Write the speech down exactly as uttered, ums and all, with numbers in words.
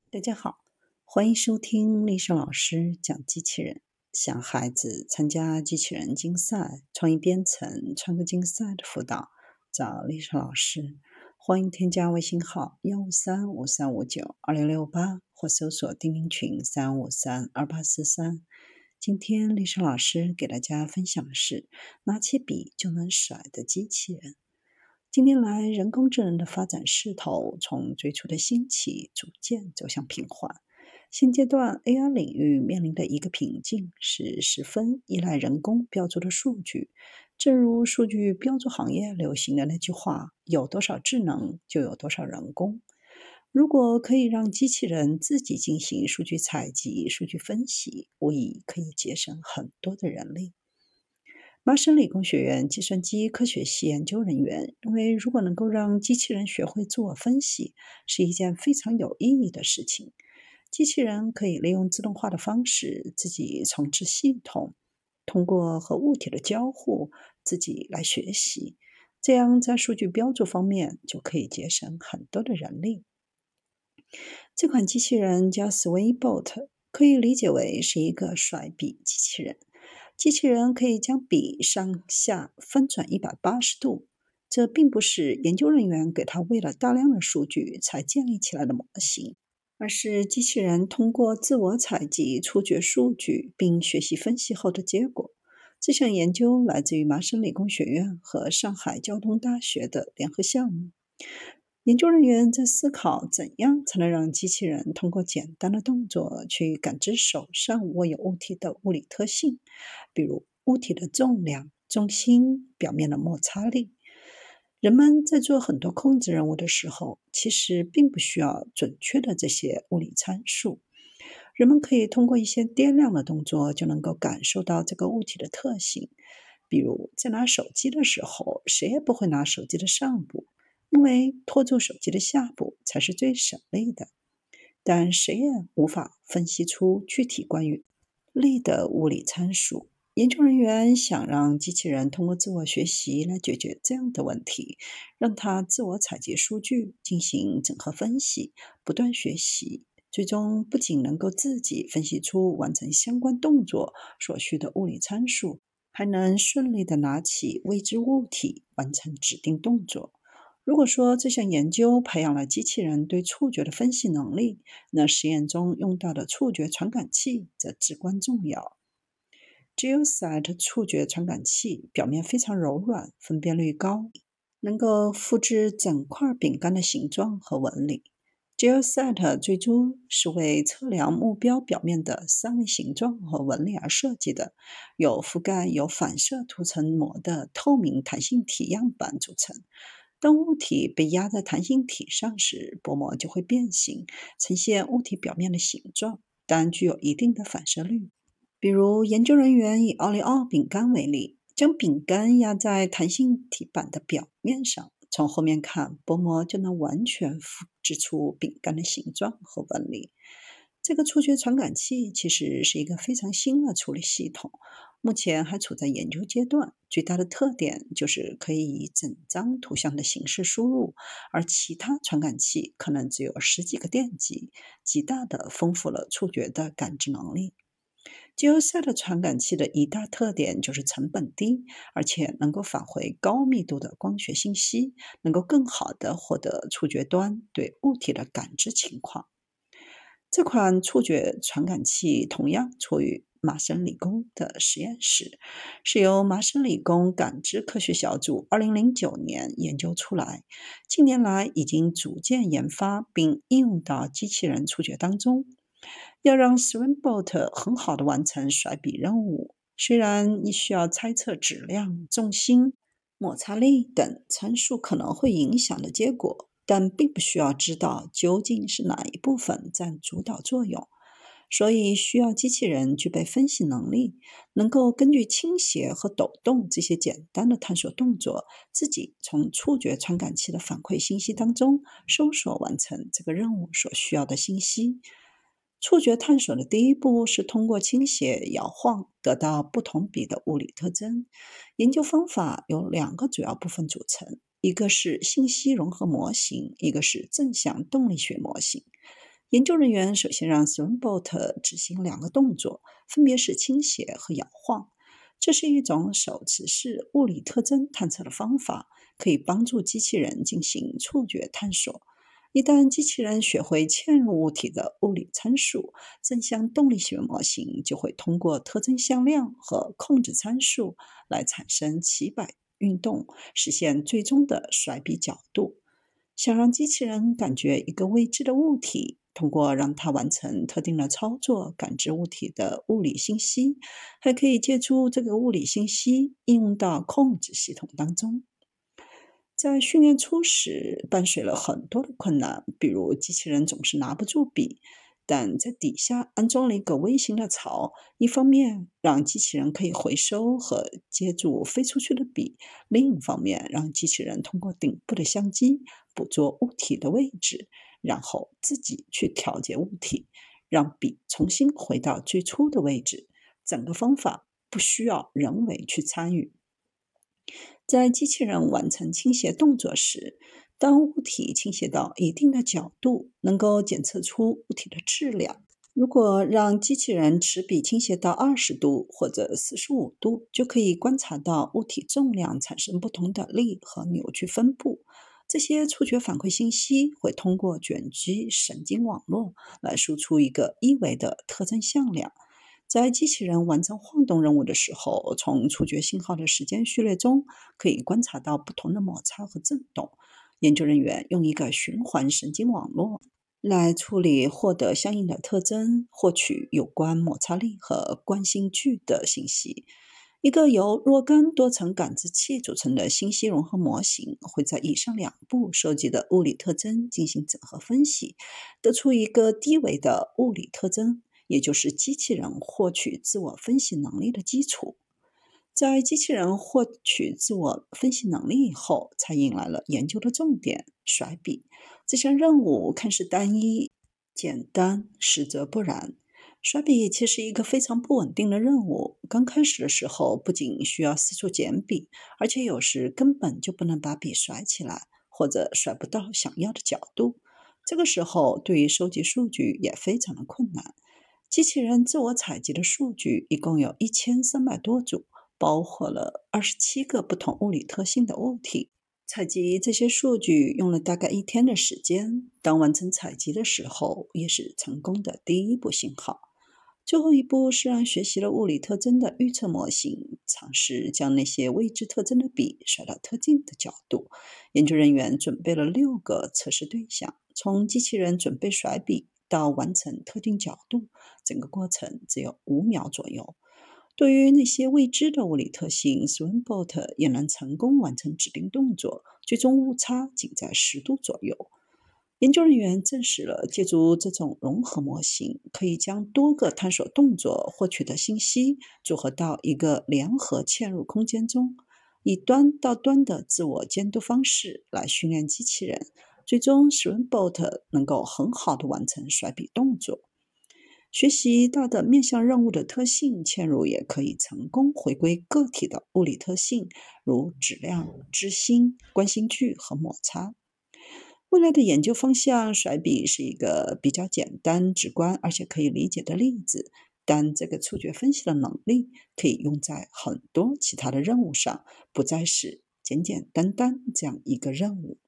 大家好，欢迎收听丽莎老师讲机器人。想孩子参加机器人竞赛、创意编程、创客竞赛的辅导，找丽莎老师。欢迎添加微信号幺五三五三五九二零六八，或搜索钉钉群三五三二八四三。今天丽莎老师给大家分享的是拿起笔就能甩的机器人。近年来，人工智能的发展势头从最初的兴起，逐渐走向平缓。现阶段 A I 领域面临的一个瓶颈是十分依赖人工标注的数据。正如数据标注行业流行的那句话，有多少智能就有多少人工。如果可以让机器人自己进行数据采集、数据分析，无疑可以节省很多的人力。麻省理工学院计算机科学系研究人员认为，如果能够让机器人学会自我分析，是一件非常有意义的事情。机器人可以利用自动化的方式自己重置系统，通过和物体的交互自己来学习，这样在数据标注方面就可以节省很多的人力。这款机器人叫 SwingBot， 可以理解为是一个甩笔机器人。机器人可以将笔上下翻转一百八十度，这并不是研究人员给它喂了大量的数据才建立起来的模型，而是机器人通过自我采集触觉数据并学习分析后的结果。这项研究来自于麻省理工学院和上海交通大学的联合项目。研究人员在思考怎样才能让机器人通过简单的动作去感知手上握有物体的物理特性，比如物体的重量、重心、表面的摩擦力。人们在做很多控制任务的时候，其实并不需要准确的这些物理参数。人们可以通过一些掂量的动作就能够感受到这个物体的特性。比如在拿手机的时候，谁也不会拿手机的上部，因为拖住手机的下部才是最省力的。但谁也无法分析出具体关于力的物理参数。研究人员想让机器人通过自我学习来解决这样的问题，让它自我采集数据，进行整合分析，不断学习，最终不仅能够自己分析出完成相关动作所需的物理参数，还能顺利地拿起未知物体，完成指定动作。如果说这项研究培养了机器人对触觉的分析能力，那实验中用到的触觉传感器则至关重要。GeoSight 触觉传感器表面非常柔软，分辨率高，能够复制整块饼干的形状和纹理。GeoSight 最初是为测量目标表面的三维形状和纹理而设计的，由覆盖有反射涂层膜的透明弹性体样板组成。当物体被压在弹性体上时，薄膜就会变形，呈现物体表面的形状，但具有一定的反射率。比如，研究人员以奥利奥饼干为例，将饼干压在弹性体板的表面上，从后面看，薄膜就能完全复制出饼干的形状和纹理。这个触觉传感器其实是一个非常新的处理系统，目前还处在研究阶段。最大的特点就是可以以整张图像的形式输入，而其他传感器可能只有十几个电极，极大地丰富了触觉的感知能力。GeoSight 传感器的一大特点就是成本低，而且能够返回高密度的光学信息，能够更好地获得触觉端对物体的感知情况。这款触觉传感器同样处于麻省理工的实验室，是由麻省理工感知科学小组二零零九年研究出来，近年来已经逐渐研发并应用到机器人触觉当中。要让 SwingBot 很好地完成甩笔任务，虽然你需要猜测质量、重心、摩擦力等参数可能会影响的结果，但并不需要知道究竟是哪一部分占主导作用。所以需要机器人具备分析能力，能够根据倾斜和抖动这些简单的探索动作，自己从触觉传感器的反馈信息当中搜索完成这个任务所需要的信息。触觉探索的第一步是通过倾斜摇晃得到不同笔的物理特征。研究方法由两个主要部分组成，一个是信息融合模型，一个是正向动力学模型。 研究人员首先让 Swinbot 执行两个动作，分别是倾斜和摇晃。这是一种手持式物理特征探测的方法，可以帮助机器人进行触觉探索。一旦机器人学会嵌入物体的物理参数，正向动力学模型就会通过特征向量和控制参数来产生起摆运动，实现最终的甩笔角度。想让机器人感觉一个未知的物体，通过让它完成特定的操作，感知物体的物理信息，还可以借助这个物理信息应用到控制系统当中。在训练初时，伴随了很多的困难，比如机器人总是拿不住笔，但在底下安装了一个微型的槽，一方面让机器人可以回收和接住飞出去的笔，另一方面让机器人通过顶部的相机捕捉物体的位置，然后自己去调节物体，让笔重新回到最初的位置。整个方法不需要人为去参与。在机器人完成倾斜动作时，当物体倾斜到一定的角度，能够检测出物体的质量。如果让机器人持笔倾斜到二十度或者四十五度，就可以观察到物体重量产生不同的力和扭曲分布。这些触觉反馈信息会通过卷积神经网络来输出一个一维的特征向量。在机器人完成晃动任务的时候，从触觉信号的时间序列中可以观察到不同的摩擦和振动。研究人员用一个循环神经网络来处理获得相应的特征，获取有关摩擦力和惯性距的信息。一个由若干多层感知器组成的信息融合模型会在以上两步收集的物理特征进行整合分析，得出一个低维的物理特征，也就是机器人获取自我分析能力的基础。在机器人获取自我分析能力以后，才迎来了研究的重点——甩笔。这项任务看似单一、简单，实则不然。甩笔其实是一个非常不稳定的任务。刚开始的时候，不仅需要四处捡笔，而且有时根本就不能把笔甩起来，或者甩不到想要的角度。这个时候，对于收集数据也非常的困难。机器人自我采集的数据一共有一千三百多组，包括了二十七个不同物理特性的物体。采集这些数据用了大概一天的时间，当完成采集的时候，也是成功的第一步信号。最后一步是让学习了物理特征的预测模型尝试将那些未知特征的笔甩到特定的角度。研究人员准备了六个测试对象，从机器人准备甩笔到完成特定角度，整个过程只有五秒左右。对于那些未知的物理特性 ，Swinbot 也能成功完成指定动作，最终误差仅在十度左右。研究人员证实了，借助这种融合模型，可以将多个探索动作获取的信息组合到一个联合嵌入空间中，以端到端的自我监督方式来训练机器人，最终 Swinbot 能够很好的完成甩笔动作。学习到的面向任务的特性嵌入也可以成功回归个体的物理特性，如质量、质心、惯性距和摩擦。未来的研究方向，甩笔是一个比较简单、直观而且可以理解的例子，但这个触觉分析的能力可以用在很多其他的任务上，不再是简简单单这样一个任务。